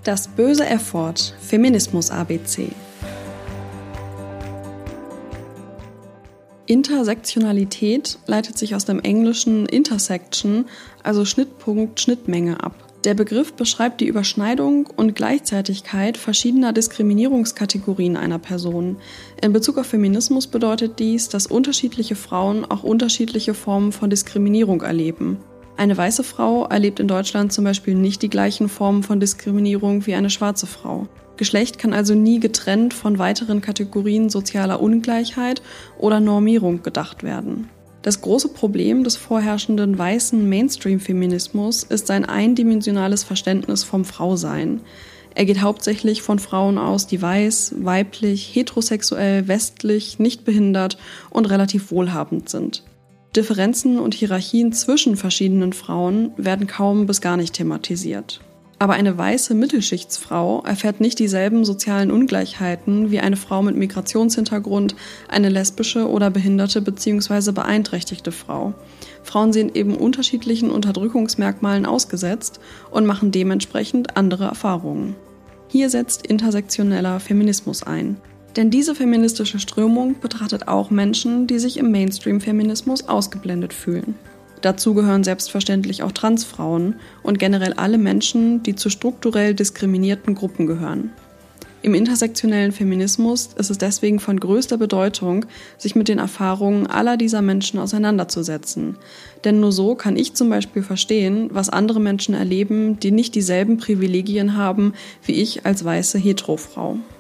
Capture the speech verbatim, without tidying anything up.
Das böse F-Wort, Feminismus-A B C. Intersektionalität leitet sich aus dem englischen Intersection, also Schnittpunkt, Schnittmenge ab. Der Begriff beschreibt die Überschneidung und Gleichzeitigkeit verschiedener Diskriminierungskategorien einer Person. In Bezug auf Feminismus bedeutet dies, dass unterschiedliche Frauen auch unterschiedliche Formen von Diskriminierung erleben. Eine weiße Frau erlebt in Deutschland zum Beispiel nicht die gleichen Formen von Diskriminierung wie eine schwarze Frau. Geschlecht kann also nie getrennt von weiteren Kategorien sozialer Ungleichheit oder Normierung gedacht werden. Das große Problem des vorherrschenden weißen Mainstream-Feminismus ist sein eindimensionales Verständnis vom Frausein. Er geht hauptsächlich von Frauen aus, die weiß, weiblich, heterosexuell, westlich, nicht behindert und relativ wohlhabend sind. Differenzen und Hierarchien zwischen verschiedenen Frauen werden kaum bis gar nicht thematisiert. Aber eine weiße Mittelschichtsfrau erfährt nicht dieselben sozialen Ungleichheiten wie eine Frau mit Migrationshintergrund, eine lesbische oder behinderte bzw. beeinträchtigte Frau. Frauen sind eben unterschiedlichen Unterdrückungsmerkmalen ausgesetzt und machen dementsprechend andere Erfahrungen. Hier setzt intersektioneller Feminismus ein. Denn diese feministische Strömung betrachtet auch Menschen, die sich im Mainstream-Feminismus ausgeblendet fühlen. Dazu gehören selbstverständlich auch Transfrauen und generell alle Menschen, die zu strukturell diskriminierten Gruppen gehören. Im intersektionellen Feminismus ist es deswegen von größter Bedeutung, sich mit den Erfahrungen aller dieser Menschen auseinanderzusetzen. Denn nur so kann ich zum Beispiel verstehen, was andere Menschen erleben, die nicht dieselben Privilegien haben wie ich als weiße Heterofrau.